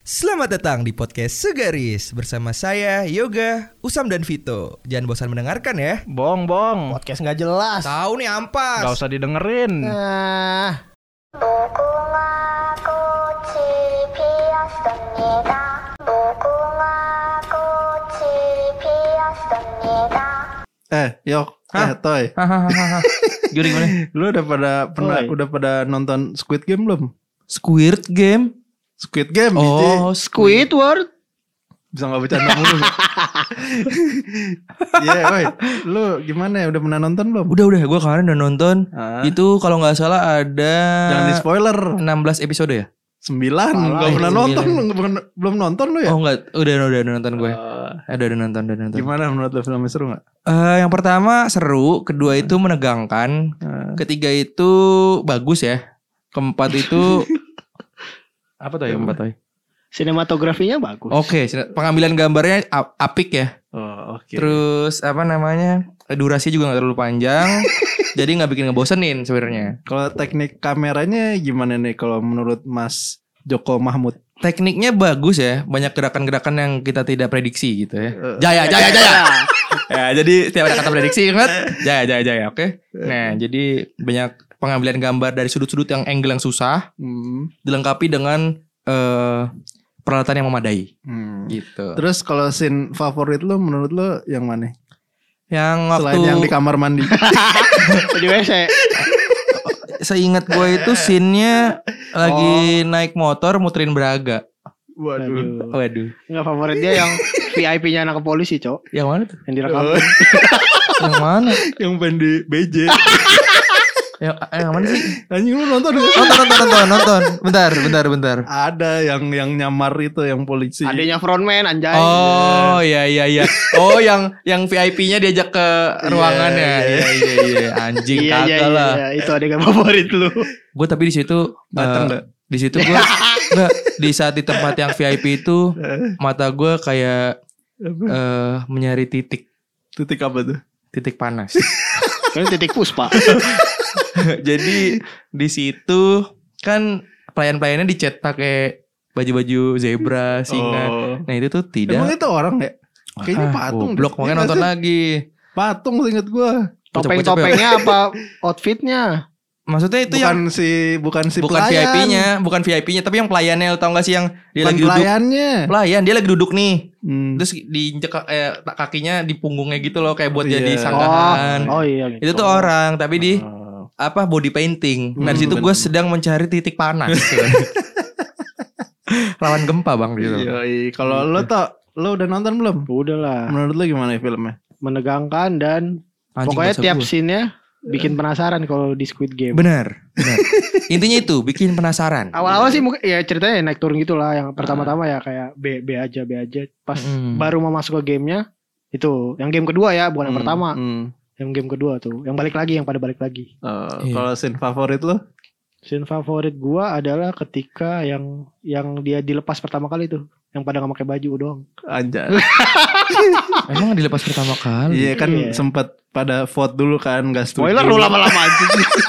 Selamat datang di podcast Segaris bersama saya Yoga, Usam dan Vito. Jangan bosan mendengarkan ya. Bong. Podcast nggak jelas. Tahu nih ampas. Gak usah didengerin. Yok, Toy. Gimana? Lu udah pada nonton Squid Game belum? Squid Game. Squid Game. Oh, Squidward. Bisa nggak bercanda mulu? Iya, woi. Lu gimana ya? Udah pernah nonton belum? Udah. Gue kemarin udah nonton. Itu kalau nggak salah ada. Jangan di spoiler. 16 episode ya? 9. Gak pernah 9. nonton. Belum nonton lu ya? Oh enggak, udah nonton gue. Udah nonton. Gimana menurut lu, filmnya seru gak? Yang pertama seru, kedua itu menegangkan, ketiga itu bagus ya, keempat itu apa tuh yang keempat tuh? Sinematografinya bagus. Oke, pengambilan gambarnya apik ya. Oh, oke. Terus apa namanya? Durasi juga nggak terlalu panjang, jadi nggak bikin ngebosenin sebenarnya. Kalau teknik kameranya gimana nih kalau menurut Mas Joko Mahmud? Tekniknya bagus ya, banyak gerakan-gerakan yang kita tidak prediksi gitu ya. Jaya. Ya, jadi setiap ada kata prediksi ingat jaya, oke. Nah, jadi banyak pengambilan gambar dari sudut-sudut yang angle yang susah, dilengkapi dengan peralatan yang memadai. Gitu. Terus kalau scene favorit lu menurut lu yang mana? Yang waktu Selain yang di kamar mandi. Di WC. Seingat gue itu scene-nya lagi naik motor muterin Braga. Waduh. Enggak, favorit dia yang VIP-nya anak polisi, Cok. Yang mana tuh? Yang direkam. Yang mana? Yang pendi BJ. Yang mana sih? Anjing lu nonton gak? Nonton. Bentar. Ada yang nyamar itu yang polisi. Adanya frontman anjay. Oh iya. Oh yang VIP-nya diajak ke ruangan ya. Iya. Anjing kagak lah. Iya, itu adegan favorit lu. Gue tapi di situ di situ gue enggak, di saat di tempat yang VIP itu mata gue kayak mencari titik apa tuh? titik panas. Ini titik puspa. Jadi di situ kan pelayan-pelayannya dicetak pakai baju-baju zebra, singa. Nah itu tuh tidak. Emang itu orang ya? Kayaknya patung. Blok makanya nonton lagi. Patung inget gue. Topeng-topengnya apa outfitnya? Maksudnya itu bukan VIP-nya, bukan VIP-nya, tapi yang pelayannya, tau gak sih yang dia lagi duduk. Pelayan dia lagi duduk nih. Terus diinjek kakinya di punggungnya gitu loh, kayak buat jadi sanggahan. Oh iya gitu. Itu tuh orang, tapi di body painting. Nah di situ gue sedang mencari titik panas. Lawan gempa bang gitu. Kalau lo udah nonton belum? Udah lah. Menurut lo gimana ya filmnya? Menegangkan dan pokoknya tiap scene-nya bikin penasaran kalau di Squid Game. Benar. Intinya itu bikin penasaran. Awal-awal sih mungkin ya ceritanya naik turun gitulah. Yang pertama-tama ya kayak B aja. Pas baru mau masuk ke gamenya itu, yang game kedua ya, bukan yang pertama. Yang game kedua tuh, yang pada balik lagi. Kalau scene favorit lo? Scene favorit gua adalah ketika yang dia dilepas pertama kali tuh, yang pada nggak pakai baju doang. Anjay. Emang dilepas pertama kali? Iya kan sempat pada vote dulu kan, nggak setuju. Spoiler lu lama-lama aja.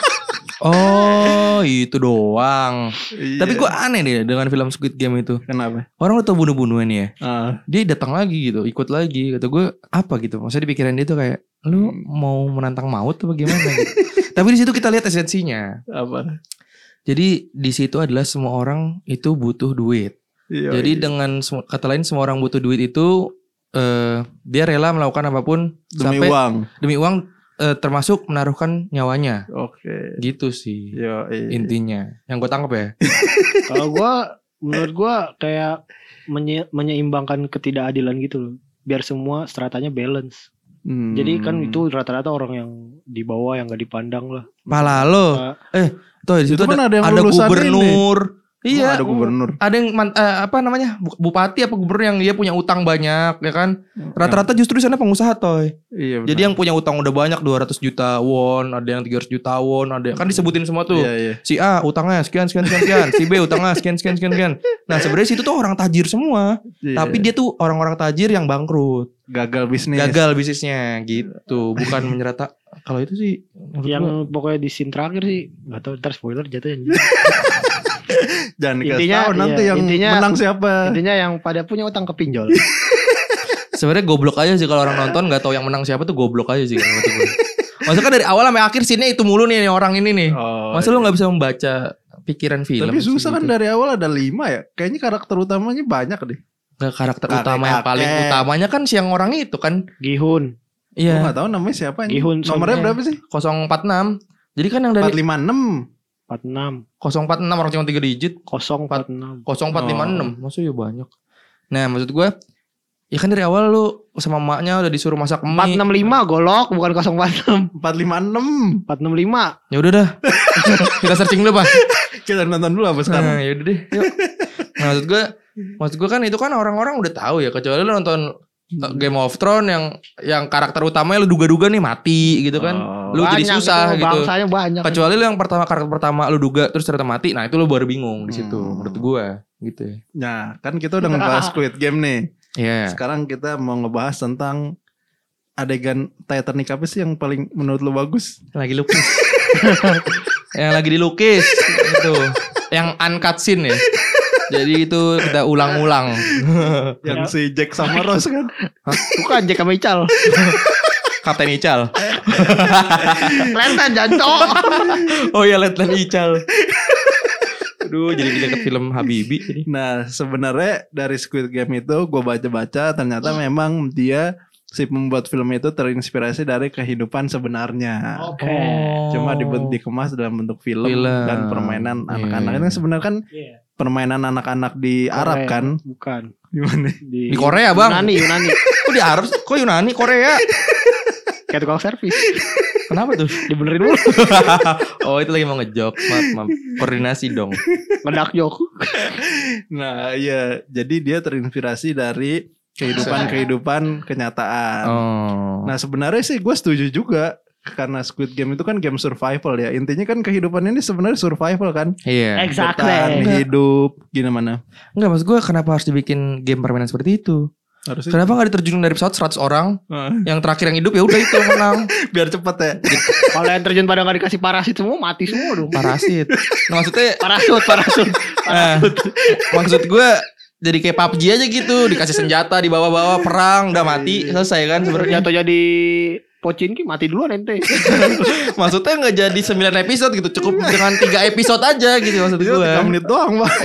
Oh itu doang. Iya. Tapi gue aneh deh dengan film Squid Game itu. Kenapa? Orang udah tau bunuh-bunuhan ya. Dia Dia datang lagi gitu, ikut lagi. Kata gue apa gitu? Maksudnya di pikiran dia tuh kayak lu mau menantang maut atau bagaimana gitu. Tapi di situ kita lihat esensinya. apa? Jadi di situ adalah semua orang itu butuh duit. Jadi dengan kata lain semua orang butuh duit itu dia rela melakukan apapun demi uang. Termasuk menaruhkan nyawanya. Oke. Gitu sih. Intinya. Yang gue tangkap ya. Kalau menurut gue kayak menyeimbangkan ketidakadilan gitu loh. Biar semua stratanya balance. Jadi kan itu rata-rata orang yang di bawah yang gak dipandang lah. Pala lo. Tuh di situ kan ada gubernur. Iya, ada gubernur. Ada yang bupati apa gubernur yang dia punya utang banyak, ya kan? Rata-rata justru di sana pengusaha toy. Iya, jadi yang punya utang udah banyak 200 juta won, ada yang 300 juta won, ada kan disebutin semua tuh. Iya. Si A utangnya sekian, si B utangnya sekian. Nah, sebenarnya situ tuh orang tajir semua. Iya. Tapi dia tuh orang-orang tajir yang bangkrut. Gagal bisnisnya gitu, bukan menyerata. Kalau itu sih yang pokoknya di scene terakhir sih nggak tahu, ntar spoiler jatuhnya. Jangan dikasih Intinya, tahu nanti iya, yang intinya- menang siapa. Intinya yang pada punya utang ke pinjol. Sebenarnya goblok aja sih kalau orang nonton nggak tahu yang menang siapa tuh goblok aja sih kalau menurut gue. Maksudnya kan dari awal sampai akhir scene-nya itu mulu nih orang ini nih. Oh, Masa lu nggak bisa membaca pikiran film? tapi susah kan gitu? dari awal ada 5 ya. Kayaknya karakter utamanya banyak deh. Nggak, karakter Kakek-kakek. utama yang paling utamanya kan si yang orang itu kan. Gihun. Gue Iya. gak tahu namanya siapa ini. Gihun Nomornya Son. berapa sih? 046. Jadi kan yang dari 456. 46 046 orang cuma 3 digit. 046. 0456. Maksudnya ya banyak. Nah maksud gue, ya kan dari awal lu sama emaknya udah disuruh masak mie. 465 golok bukan 046. 456. 465. Ya udah dah. Kita searching dulu, Pak. Kita nonton dulu apa sekarang? Nah, ya udah deh. Yuk. Nah, maksud gue kan itu kan orang-orang udah tahu ya, kecuali lu nonton Game of Thrones yang karakter utamanya lu duga-duga nih mati gitu kan. Oh, Lu jadi Banyak susah itu, gitu. Bangsanya banyak. Kecuali lu yang karakter pertama lu duga terus ternyata mati. Nah, itu lu baru bingung di situ menurut gua gitu. Nah, kan kita udah ngebahas Squid Game nih. Iya. Sekarang kita mau ngebahas tentang adegan Titanic apa sih yang paling menurut lu bagus? Lagi lukis. Yang lagi dilukis itu. Yang uncut scene ya. Jadi itu kita ulang-ulang. Yang si Jack sama Rose kan? Bukan Jack sama Ical. Kapten Ical. Lentan jancok. Oh iya, Letnan Ical. Aduh, jadi deket film Habibie jadi. Nah, sebenarnya dari Squid Game itu gue baca-baca ternyata memang dia si pembuat film itu terinspirasi dari kehidupan sebenarnya. Oke. Cuma dikemas dalam bentuk film dan permainan anak-anak. Itu sebenarnya kan Iya. permainan anak-anak di Arab Korea. kan? Bukan. Gimana? Di Korea, Bang. Yunani. Kok di Arab? Kok Yunani, Korea? Kayak tukang servis. Kenapa tuh? Dibenerin dulu. Oh, itu lagi mau ngejok. Maaf. Koordinasi dong. Ngedak jok. Nah, iya. Jadi dia terinspirasi dari kehidupan kenyataan. Oh. Nah, sebenarnya sih gue setuju juga. Karena Squid Game itu kan game survival ya. Intinya kan kehidupan ini sebenarnya survival kan. Iya. Bertahan Exactly. hidup gimana? Enggak, maksud gue kenapa harus dibikin game permainan seperti itu? Harusnya Kenapa gak diterjun dari pesawat 100 orang? Yang terakhir yang hidup ya udah itu yang menang. biar cepet ya. Kalau yang terjun pada nggak dikasih parasit semua mati semua dong. Parasit. Nah, maksudnya Parasut. maksud gue jadi kayak PUBG aja gitu, dikasih senjata dibawa-bawa perang udah mati selesai kan sebenarnya. Jatuh jadi Pocinki mati duluan ente. Maksudnya nggak jadi 9 episode gitu, cukup dengan 3 episode aja gitu maksud Dia gue. 3 menit doang, Bang.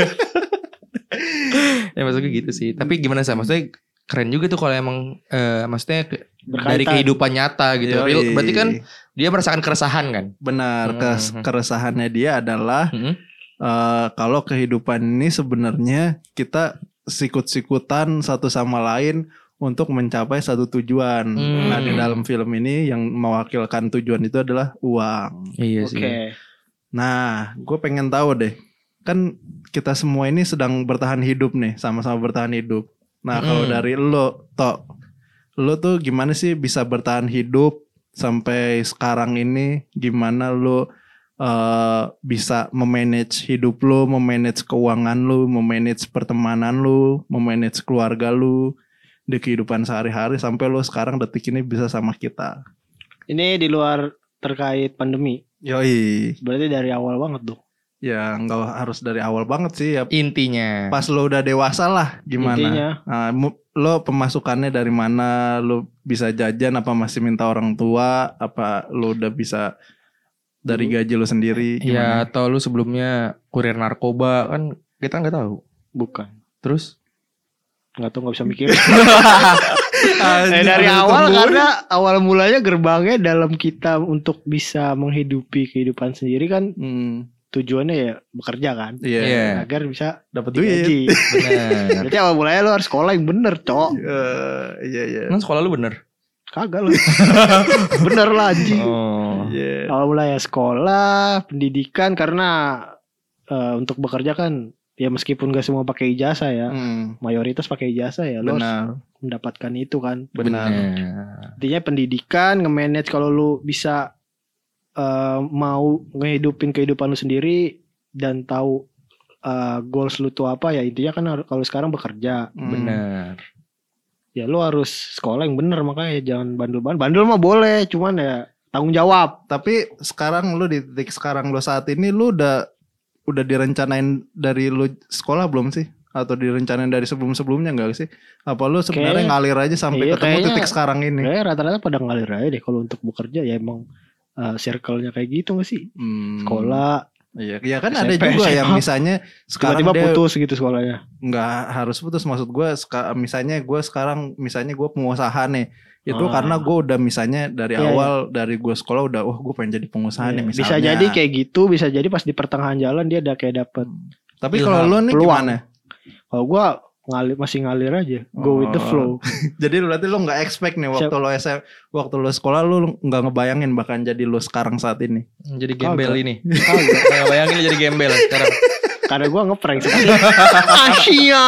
Ya maksudnya gitu sih. Tapi gimana sih? Maksudnya keren juga tuh kalau emang maksudnya dari Berkaitan. kehidupan nyata gitu. Yoi. Real, berarti kan dia merasakan keresahan kan? Benar, keresahannya dia adalah kalau kehidupan ini sebenarnya kita sikut-sikutan satu sama lain untuk mencapai satu tujuan. Nah, di dalam film ini yang mewakilkan tujuan itu adalah uang. Iya sih. Oke. Nah, gue pengen tahu deh. Kan kita semua ini sedang bertahan hidup nih, sama-sama bertahan hidup. Nah, kalau dari lo tuh gimana sih bisa bertahan hidup sampai sekarang ini? Gimana lo bisa memanage hidup lo, memanage keuangan lo, memanage pertemanan lo, memanage keluarga lo di kehidupan sehari-hari sampai lo sekarang detik ini bisa sama kita. Ini di luar terkait pandemi. Yoi. Berarti dari awal banget dong. Ya nggak harus dari awal banget sih ya. Intinya. Pas lo udah dewasa lah gimana? Intinya. Nah, lo pemasukannya dari mana? Lo bisa jajan apa masih minta orang tua? Apa lo udah bisa dari gaji lo sendiri? Ya Gimana? atau lu sebelumnya kurir narkoba kan kita nggak tahu. Bukan. Terus? Nggak tahu, nggak bisa mikir. Dari awal karena awal mulanya gerbangnya dalam kita untuk bisa menghidupi kehidupan sendiri kan tujuannya ya bekerja kan. Iya. Iya. Agar bisa Dapat duit. digaji. Benar. Berarti awal mulanya lo harus sekolah yang bener, cok. Iya. Emang sekolah lu bener? Kagak lo. Bener lah anjing. Oh. Iya. Awal mulanya sekolah, pendidikan karena untuk bekerja kan ya meskipun gak semua pakai ijazah ya, mayoritas pakai ijazah ya, lo harus Benar. mendapatkan itu kan. Benar. Intinya pendidikan, nge-manage kalau lu bisa mau ngehidupin kehidupan lu sendiri dan tahu goals lu tuh apa ya, intinya kan kalau sekarang bekerja. Benar. Ya lu harus sekolah yang bener, makanya jangan bandel-bandel. Bandel mah boleh, cuman ya tanggung jawab. Tapi sekarang lo di titik sekarang lo saat ini lo udah udah direncanain dari lu sekolah belum sih? Atau direncanain dari sebelum-sebelumnya enggak sih? Apa lu sebenarnya ngalir aja sampai ketemu titik sekarang ini? Kayaknya rata-rata pada ngalir aja deh kalau untuk bekerja ya emang circle-nya kayak gitu gak sih? Sekolah. Iya, ya kan SMP, ada juga SMA. Yang misalnya sekarang tiba-tiba putus gitu sekolahnya. Enggak harus putus, maksud gue misalnya gue sekarang gue pengusaha nih. Itu karena gue udah misalnya dari awal dari gue sekolah udah gue pengen jadi pengusaha nih misalnya. Bisa jadi kayak gitu, bisa jadi pas di pertengahan jalan dia udah kayak dapet. Tapi kalau lu nih peluang. Gimana? Kalau gue masih ngalir aja, go with the flow. Jadi berarti lu nggak expect nih waktu lu sekolah lu nggak ngebayangin bahkan jadi lu sekarang saat ini. Jadi gembel ini. Nggak bayangin jadi gembel sekarang. Karena gue ngeprank sekali. Asia.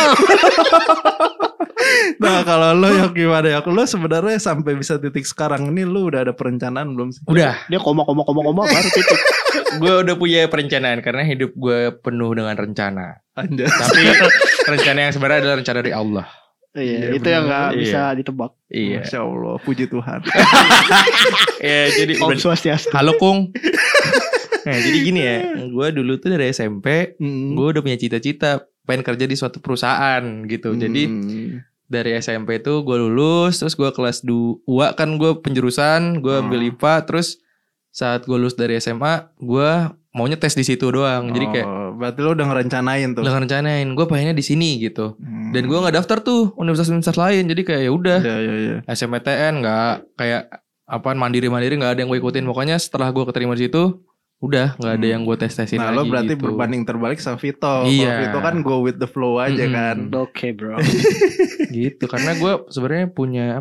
Nah kalau lo ya gimana ya? Lo sebenarnya sampai bisa titik sekarang ini lo udah ada perencanaan belum sih? Udah. Dia koma baru titik. Gue udah punya perencanaan karena hidup gue penuh dengan rencana. Anjay. Tapi rencana yang sebenarnya adalah rencana dari Allah. Iya, itu yang gak bisa ditebak. Iya. Masya Allah, puji Tuhan. Ya jadi Om Swastiastu. Halo Kung. Nah jadi gini ya, gue dulu tuh dari SMP, gue udah punya cita-cita pengen kerja di suatu perusahaan gitu. Jadi dari SMP tuh gue lulus, terus gue kelas 2 kan gue penjurusan, gue ambil IPA, terus saat gue lulus dari SMA, gue maunya tes di situ doang. Jadi kayak berarti lo udah ngerencanain tuh. Udah ngerencanain, gue pengennya di sini gitu. Dan gue nggak daftar tuh universitas-universitas lain, jadi kayak ya udah. SMPTN nggak kayak apaan mandiri nggak ada yang gue ikutin. Pokoknya setelah gue keterima di situ, udah nggak ada yang gue tes-tesin lagi. Nah lo berarti gitu. berbanding terbalik sama Vito. Iya. Vito kan go with the flow aja kan. Oke bro. Gitu karena gue sebenarnya punya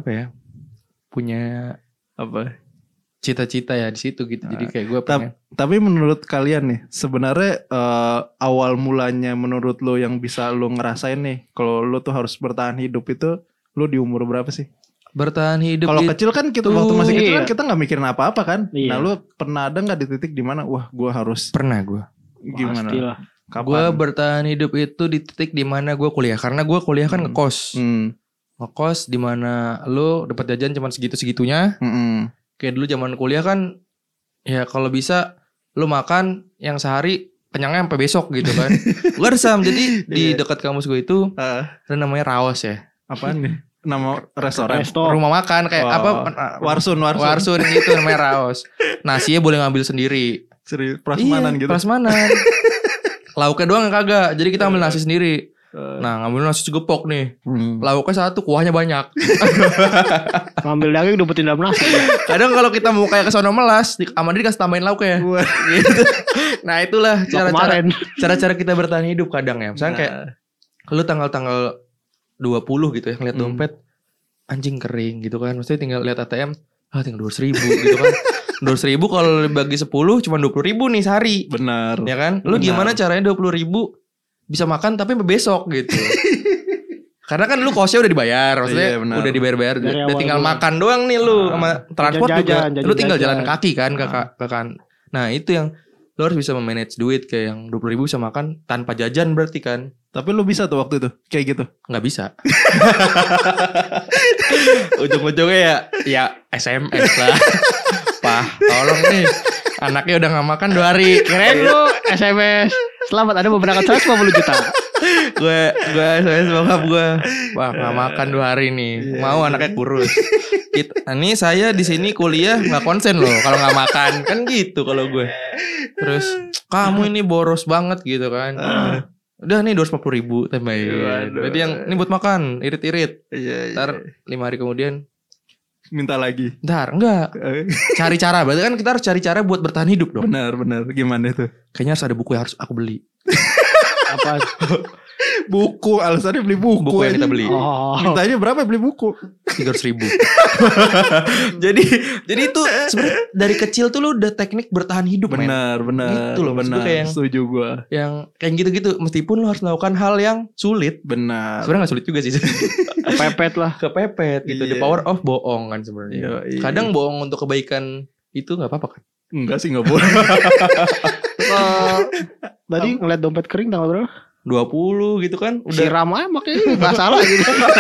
cita-cita ya di situ gitu. Jadi kayak gue pengen. Tapi menurut kalian nih sebenarnya awal mulanya menurut lo yang bisa lo ngerasain nih kalau lo tuh harus bertahan hidup itu lo di umur berapa sih? Bertahan hidup. Kalau kecil kan kita waktu masih kecil kan kita nggak mikirin apa-apa kan. Nah lu pernah ada nggak di titik dimana wah gue harus pernah gue gimana? Pastilah. Gue bertahan hidup itu di titik dimana gue kuliah karena gue kuliah kan ngekos. Ngekos dimana lu dapat jajan cuma segitu-segitunya. Kayak dulu zaman kuliah kan ya kalau bisa lu makan yang sehari kenyangnya sampai besok gitu kan. Gue resam jadi di dekat kampus gue itu ada namanya Raos ya. Apaan nih? Nama restoran rumah makan kayak apa warsun gitu namanya Raos. Nasinya boleh ngambil sendiri. Prasmanan gitu. Prasmanan. Lauknya doang yang kagak. Jadi kita ambil nasi sendiri. Nah ngambil nasi segepok nih. Lauknya satu, kuahnya banyak. Ngambil daging dapetin dalam nasi. Kadang kalau kita mau kayak kesono melas, sama dia dikasih tambahin lauknya. Gitu. Nah itulah cara-cara kita bertahan hidup kadang ya. Misalnya kayak lu tanggal 20 gitu ya ngeliat dompet anjing kering gitu kan. Maksudnya tinggal lihat ATM tinggal 200.000 gitu kan. 200.000 kalau bagi 10 cuma 20.000 nih sehari. Benar. Ya kan? Lu gimana caranya 20.000 bisa makan tapi sampai besok gitu. Karena kan lu kosnya udah dibayar. Maksudnya udah dibayar-bayar. Udah tinggal makan doang nih lu sama transport juga. Lu tinggal jalan kaki kan ke kan. Nah itu yang lu harus bisa memanage duit kayak yang 20.000 bisa makan tanpa jajan berarti kan. Tapi lu bisa tuh waktu itu kayak gitu? Nggak bisa. Ujung-ujungnya ya SMS lah. Pah, tolong nih. Anaknya udah gak makan 2 hari. Keren lu SMS. Selamat ada beberapa 150 juta. Gue SMS bokap gue. Wah gak makan 2 hari nih. Mau anaknya kurus. Ini saya di sini kuliah gak konsen loh kalau gak makan. Kan gitu kalau gue. Terus kamu ini boros banget gitu kan. Udah nih 250.000 tambahin. Jadi yang ini buat makan, irit-irit. Ntar 5 hari kemudian minta lagi. Ntar enggak. Cari cara. Berarti kan kita harus cari cara buat bertahan hidup dong. Benar. Gimana itu? Kayaknya harus ada buku yang harus aku beli. Apa? Buku, alasannya beli buku. Buku yang kita beli. Mintanya berapa beli buku? 300.000. Jadi itu sebenarnya dari kecil tuh lu udah teknik bertahan hidup. Benar. Gitu loh. Benar. Kayak setuju gue. Yang kayak gitu-gitu. Meskipun lu harus melakukan hal yang sulit. Benar. Sebenarnya gak sulit juga sih. Kepepet gitu. The power of bohong kan sebenarnya. Kadang bohong untuk kebaikan itu gak apa-apa kan? Enggak sih, gak boleh. Tadi ngeliat dompet kering tanggal berapa? 20 gitu kan. Udah siram aja makanya gak salah gitu.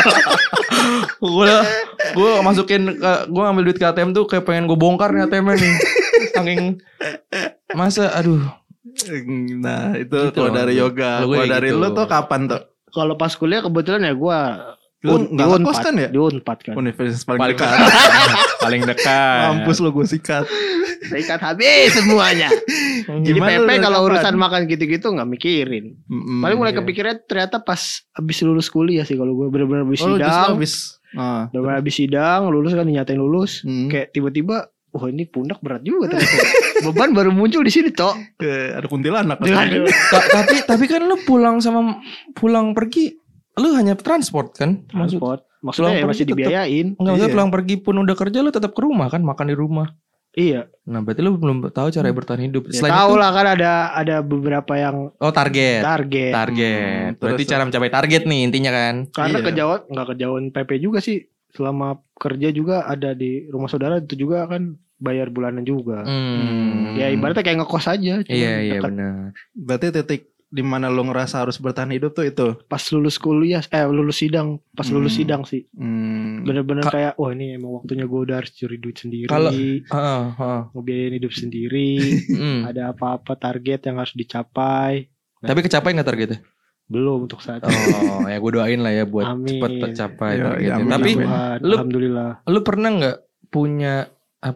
Gue masukin gue ngambil duit ke ATM tuh kayak pengen gue bongkar nih ATM-nya nih. Saking masa aduh Nah itu Gitu kalau loh. dari yoga. Kalau gue Kalau kayak dari gitu. lu tuh kapan tuh? Kalau pas kuliah kebetulan ya gue Lu nggak ngekos kan ya? Di Unpad kan. Universitas paling Paling dekat. paling dekat. Mampus lu gue sikat. Ikat habis semuanya. Jadi Gimana PP lu kalau kapan? urusan makan gitu-gitu nggak mikirin. Paling mulai Iya. kepikiran ternyata pas habis lulus kuliah sih kalau gue bener-bener habis Oh lu justru sidang. habis. Bener-bener habis sidang, lulus kan dinyatain lulus. Hmm. Kayak tiba-tiba, wah ini pundak berat juga ternyata. Beban baru muncul di sini, Tok. Ada kuntilanak. Aduh. tapi kan lu pulang pergi lu hanya transport kan? Transport. Maksudnya ya pulang masih pergi tetep- dibiayain. Enggak usah Iya. pulang pergi pun udah kerja lu tetap ke rumah kan, makan di rumah. Iya. Nah, berarti lu belum tahu cara bertahan hidup. Ya, tahu lah kan ada beberapa yang Oh, target. target. Berarti terus- cara mencapai target nih intinya kan. Karena Iya. nggak kejauhan PP juga sih. Selama kerja juga ada di rumah saudara itu juga kan bayar bulanan juga. Ya ibaratnya kayak ngekos aja. cuma Iya dekat. benar. Berarti titik di mana lu ngerasa harus bertahan hidup tuh itu. Pas lulus kuliah, lulus sidang, pas lulus sidang sih. Bener-bener kayak, wah ini emang waktunya gue udah harus curi duit sendiri. Kalau- Ngebiayain hidup sendiri. Ada apa-apa target yang harus dicapai. Tapi kecapai nggak targetnya? Belum untuk saat ini. Oh, ya gue doain lah ya buat Amin. cepet tercapai Iya, targetnya. amin, Tapi amin. Tuhan, lu- alhamdulillah. lu pernah nggak punya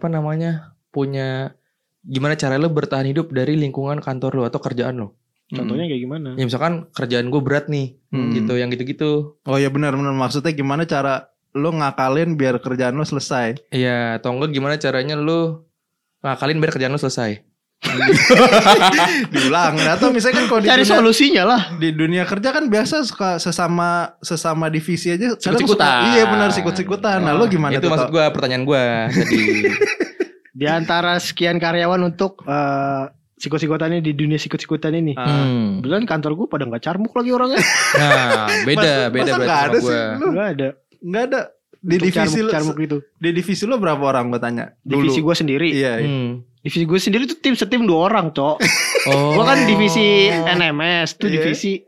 punya gimana cara lu bertahan hidup dari lingkungan kantor lu atau kerjaan lu? Contohnya kayak gimana? Ya misalkan kerjaan gue berat nih, gitu, yang gitu-gitu. Oh iya benar-benar maksudnya gimana cara lu ngakalin biar kerjaan lu selesai. Iya, atau enggak gimana caranya lu ngakalin biar kerjaan lu selesai? Diulang. Atau misalnya kan kalau Cari solusinya lah. di dunia kerja kan biasa suka sesama divisi aja kadang Sikut-sikutan. suka- Iya benar sikut-sikutan. Nah, lu gimana Itu tuh? maksud Tok? gue, pertanyaan gue tadi. Di antara sekian karyawan untuk sikut-sikutannya di dunia sikut-sikutan ini. Kebetulan kantor gue pada nggak carmuk lagi orangnya. Nah, beda Masa berarti nggak sama ada sih? gue. Lu Nggak ada. nggak ada di Untuk divisi lu. carmuk itu. Di divisi lu berapa orang gue tanya? Divisi gue sendiri. Iya. Divisi gue sendiri tuh setim 2 orang, Cok. Oh. Gue kan divisi NMS tuh Iya. divisi.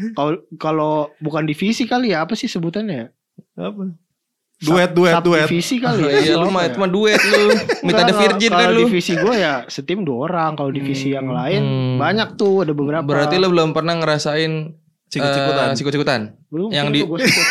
Kalau bukan divisi kali ya, apa sih sebutannya? Apa? Duet. Divisi kali ya. Iya, lu mah cuma duet lu. Minta ada virgin kan Kalau lu. divisi gue ya setim 2 orang. Kalau divisi yang lain banyak tuh, ada beberapa. Berarti lu belum pernah ngerasain sikut-sikutan. belum yang belum, di- gua sikut.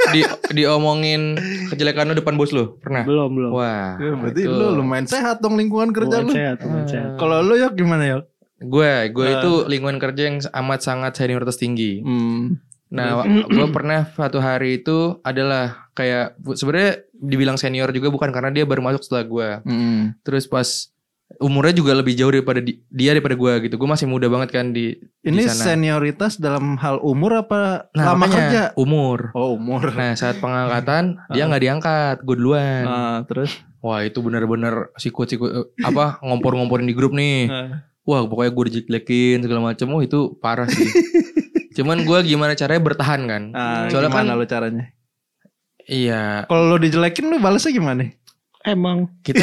Diomongin kejelekan lu depan bos lu, pernah? belum. Wah. Ya, berarti itu. lu lumayan sehat dong lingkungan kerja lu. Lumayan sehat. Kalau lu Yok gimana Yok? Gue itu lingkungan kerja yang amat sangat senioritas tinggi. Nah, gue pernah suatu hari itu adalah kayak sebenarnya dibilang senior juga bukan karena dia baru masuk setelah gue. Terus pas umurnya juga lebih jauh daripada dia daripada gue gitu. Gue masih muda banget kan di Ini sana. senioritas dalam hal umur apa Nah, lama makanya, kerja? umur. Oh umur. Nah, saat pengangkatan dia nggak diangkat, gue duluan. Terus? Wah, itu bener-bener sikut-sikut ngompor-ngomporin di grup nih. Wah, pokoknya gue dijelekin segala macam. Oh, itu parah sih. Cuman gue gimana caranya bertahan kan? Soalnya Gimana kan lo caranya? iya, Kalau lo dijelekin lo balasnya gimana? Emang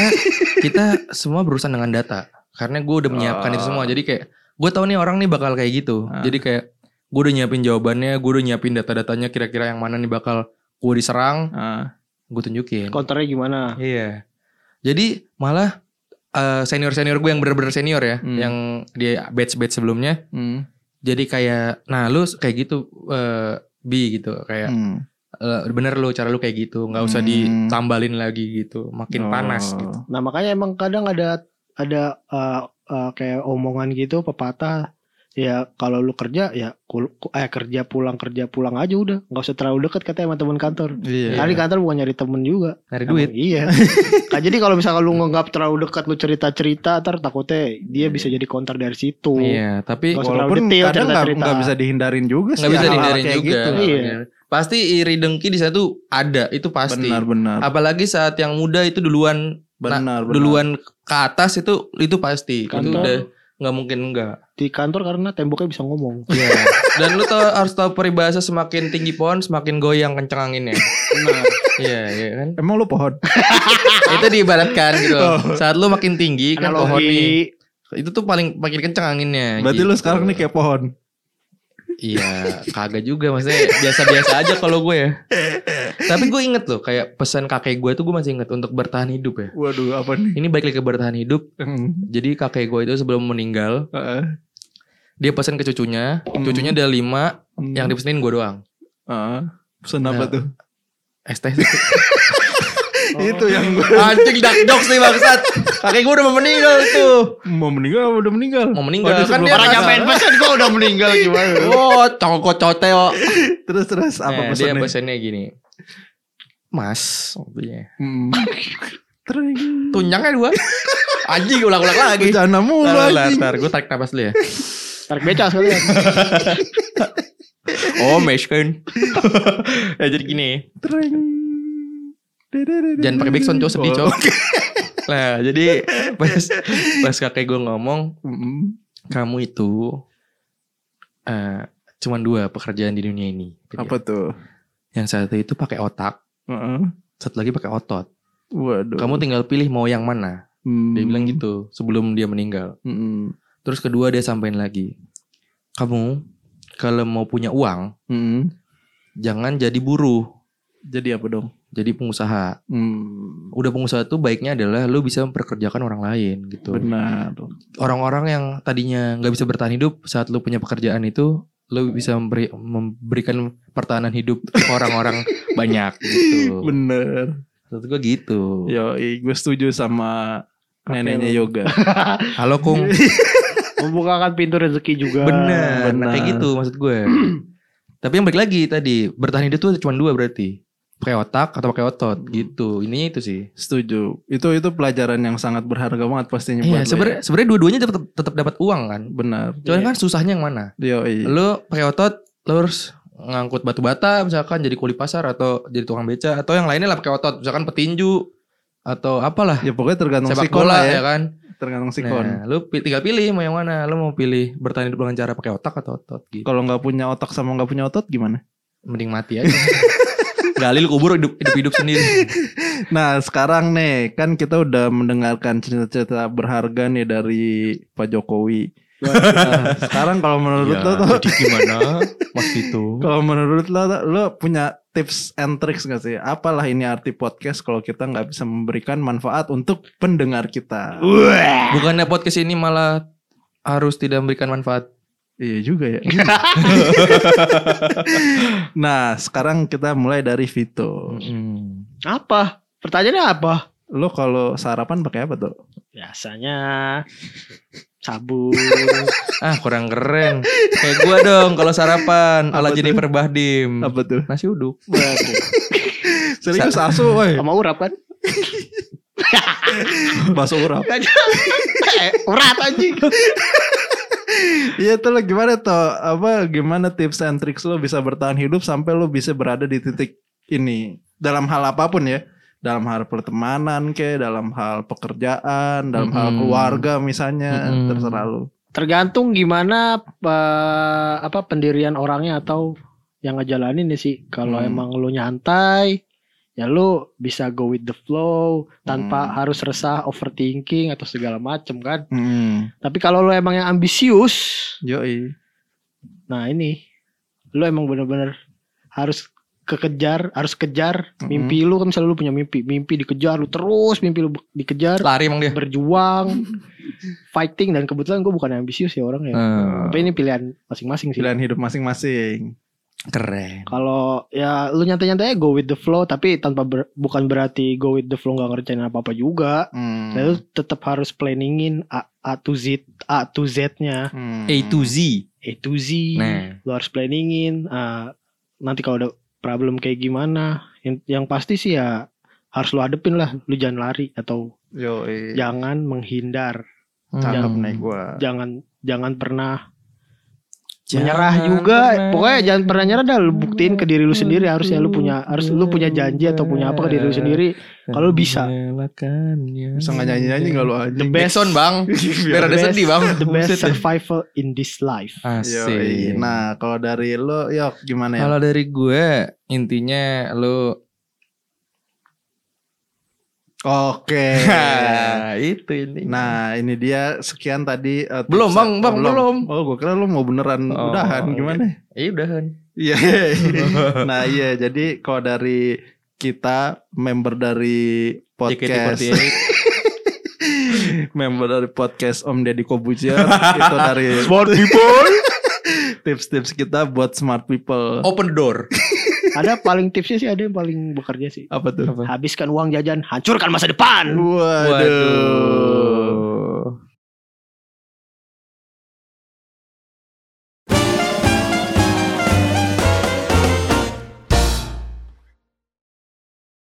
kita semua berurusan dengan data. Karena gue udah menyiapkan itu semua. Jadi kayak gue tahu nih orang nih bakal kayak gitu. Jadi kayak gue udah nyiapin jawabannya, gue udah nyiapin data-datanya kira-kira yang mana nih bakal gue diserang. Gue tunjukin. konternya gimana? Iya. Jadi malah senior-senior gue yang benar-benar senior ya, yang di batch-batch sebelumnya. Jadi kayak, nah lu kayak gitu, B gitu, kayak bener lu cara lu kayak gitu, nggak usah ditambalin lagi gitu, makin panas gitu. Nah makanya emang kadang ada kayak omongan gitu pepatah ya kalau lu kerja ya kerja pulang aja udah nggak usah terlalu dekat katanya sama teman kantor. Iya. Karena di kantor bukan nyari temen juga, Nyari duit. Iya. Nah, jadi kalau misalkan lu nganggap terlalu dekat lu cerita ntar takutnya dia bisa jadi counter dari situ. Iya, tapi Nggak usah terlalu Walaupun detail kadang cerita-cerita. nggak bisa dihindarin juga sih. nggak bisa hal-hal dihindarin kayak juga. gitu. Iya. Pasti iri dengki di sana tuh ada, itu pasti. Benar. Apalagi saat yang muda itu duluan Benar. duluan ke atas itu pasti. Itu Kantor. udah nggak mungkin enggak. Di kantor karena temboknya bisa ngomong. Iya. Dan lu harus tahu peribahasa semakin tinggi pohon semakin goyang kenceng anginnya. Nah, Iya, iya kan? Emang lu pohon? Itu diibaratkan gitu. Saat lu makin tinggi kan pohon nih. analogi Itu tuh makin kenceng anginnya. Berarti gitu. lu sekarang nih kayak pohon. Iya, kagak juga maksudnya biasa-biasa aja kalau gue ya. Tapi gue inget loh kayak pesan kakek gue tuh gue masih inget untuk bertahan hidup ya. Waduh apa nih? Ini balik lagi ke bertahan hidup. Jadi kakek gue itu sebelum meninggal Dia pesan ke cucunya. Cucunya ada 5. Yang dipesenin gue doang. Pesan apa tuh? Es teh. Itu yang gue Anjing dark jokes nih bangsat. Kakek gue udah mau meninggal tuh. mau meninggal apa udah meninggal? Mau meninggal Waduh, kan sebelum dia Orang nyampein pesan gue udah meninggal gimana? Oh, coteo. Terus apa Dia pesannya? pesannya gini. Mas, mobilnya. Tring. Tunjangnya 2. Anjing ulang-ulang lagi. Bencana mulu anjing. Ntar gue tarik nafas dulu ya. Tarik beca sekalian. Oh, mesh kan. Ya jadi gini. Tring. Jangan pakai backsound cowok sedih cowok. Nah jadi pas kakek gue ngomong, kamu itu cuman 2 pekerjaan di dunia ini. Apa tuh? Yang satu itu pakai otak, satu lagi pakai otot. Waduh. Kamu tinggal pilih mau yang mana. Dia bilang gitu sebelum dia meninggal. Terus kedua dia sampein lagi, kamu kalau mau punya uang, jangan jadi buruh. Jadi apa dong? Jadi pengusaha. Udah pengusaha tuh baiknya adalah lu bisa memperkerjakan orang lain gitu. Benar. Orang-orang yang tadinya gak bisa bertahan hidup saat lu punya pekerjaan itu, lu bisa memberikan pertahanan hidup ke orang-orang banyak gitu. Bener. Menurut gue gitu. Yoi, gue setuju sama neneknya Yoga. Halo Kung. Membukakan pintu rezeki juga. Bener. Nah, kayak gitu maksud gue. Tapi yang balik lagi tadi, bertahan hidup tuh cuma 2 berarti. Pakai otak atau pakai otot gitu. Ininya itu sih. Setuju. Itu pelajaran yang sangat berharga banget pastinya Iya, buat lo ya. sebenarnya dua-duanya tetap dapat uang kan. Benar. Cuman kan susahnya yang mana? Yoi. Lu pakai otot, lu harus ngangkut batu bata misalkan jadi kuli pasar atau jadi tukang beca, atau yang lainnya lah pakai otot, misalkan petinju atau apalah. Ya pokoknya tergantung sepak sikon bola lah ya kan. Tergantung sikon. Nah, lu tinggal pilih mau yang mana. Lu mau pilih bertahan hidup dengan cara pakai otak atau otot gitu. Kalau nggak punya otak sama nggak punya otot gimana? Mending mati aja. Gali lu kubur hidup sendiri. Nah sekarang nih kan kita udah mendengarkan cerita-cerita berharga nih dari Pak Jokowi. Nah, sekarang kalau menurut lo tuh jadi gimana Mas itu? Kalau menurut lo punya tips and tricks gak sih? Apalah ini arti podcast kalau kita nggak bisa memberikan manfaat untuk pendengar kita? Bukannya podcast ini malah harus tidak memberikan manfaat? Iya juga ya. Nah sekarang kita mulai dari Vito. Apa? Pertanyaannya apa? Lo kalau sarapan pakai apa tuh? Biasanya sabun. Kurang keren. Kayak gua dong kalau sarapan ala Jennifer Bahdim. Apa tuh? Nasi uduk. Serius asu woy. Sama urap kan? Bakso urap. Urat anjing. Iya tuh lo gimana tuh? Gimana tips and tricks lo bisa bertahan hidup sampai lo bisa berada di titik ini dalam hal apapun ya, dalam hal pertemanan dalam hal pekerjaan, dalam hal keluarga misalnya, terserah lo. Tergantung gimana pendirian orangnya atau yang ngejalanin nih sih. Kalau emang lo nyantai, ya lo bisa go with the flow tanpa harus resah, overthinking atau segala macem kan. Tapi kalau lo emang yang ambisius, Yoi. nah ini lo emang bener-bener harus kejar mimpi lo kan. Misalnya lo punya mimpi dikejar, lo terus mimpi lo dikejar, lari emang dia, berjuang, fighting. Dan kebetulan gue bukan yang ambisius ya orangnya. Tapi ini pilihan masing-masing sih. Pilihan hidup masing-masing. keren. Kalau ya lu nyantai-nyantai go with the flow, tapi bukan berarti go with the flow nggak ngerjain apa-apa juga. Lu tetap harus planningin A to Z-nya. A to Z. Nah, lu harus planningin. Nanti kalau ada problem kayak gimana, yang pasti sih ya harus lu hadepin lah. Lu jangan lari atau jangan menghindar. Cakep nih gua. Jangan pernah menyerah juga. Pokoknya jangan pernah nyerah dah. Lu buktiin ke diri lu sendiri. Harus lu punya janji atau punya apa ke diri lu sendiri. Kalau bisa. Bisa nggak nyanyi nggak lu aja. The best bang. Biar ada sedih bang. The best survival in this life. Asik. Nah kalau dari lu Yok gimana ya? Kalau dari gue intinya lu Oke. Itu ini. Nah ini dia sekian tadi. Belum bang, belum. Oh gue kira lu mau beneran udahan gimana? Iya udahan. Iya. Nah iya jadi kalau dari kita member dari podcast member dari podcast Om Deddy Kobuzier. Itu dari Smart People. Tips-tips kita buat smart people. Open door. Ada paling tipsnya sih, ada yang paling bekerja sih. Apa tuh? Habiskan uang jajan, hancurkan masa depan. Waduh.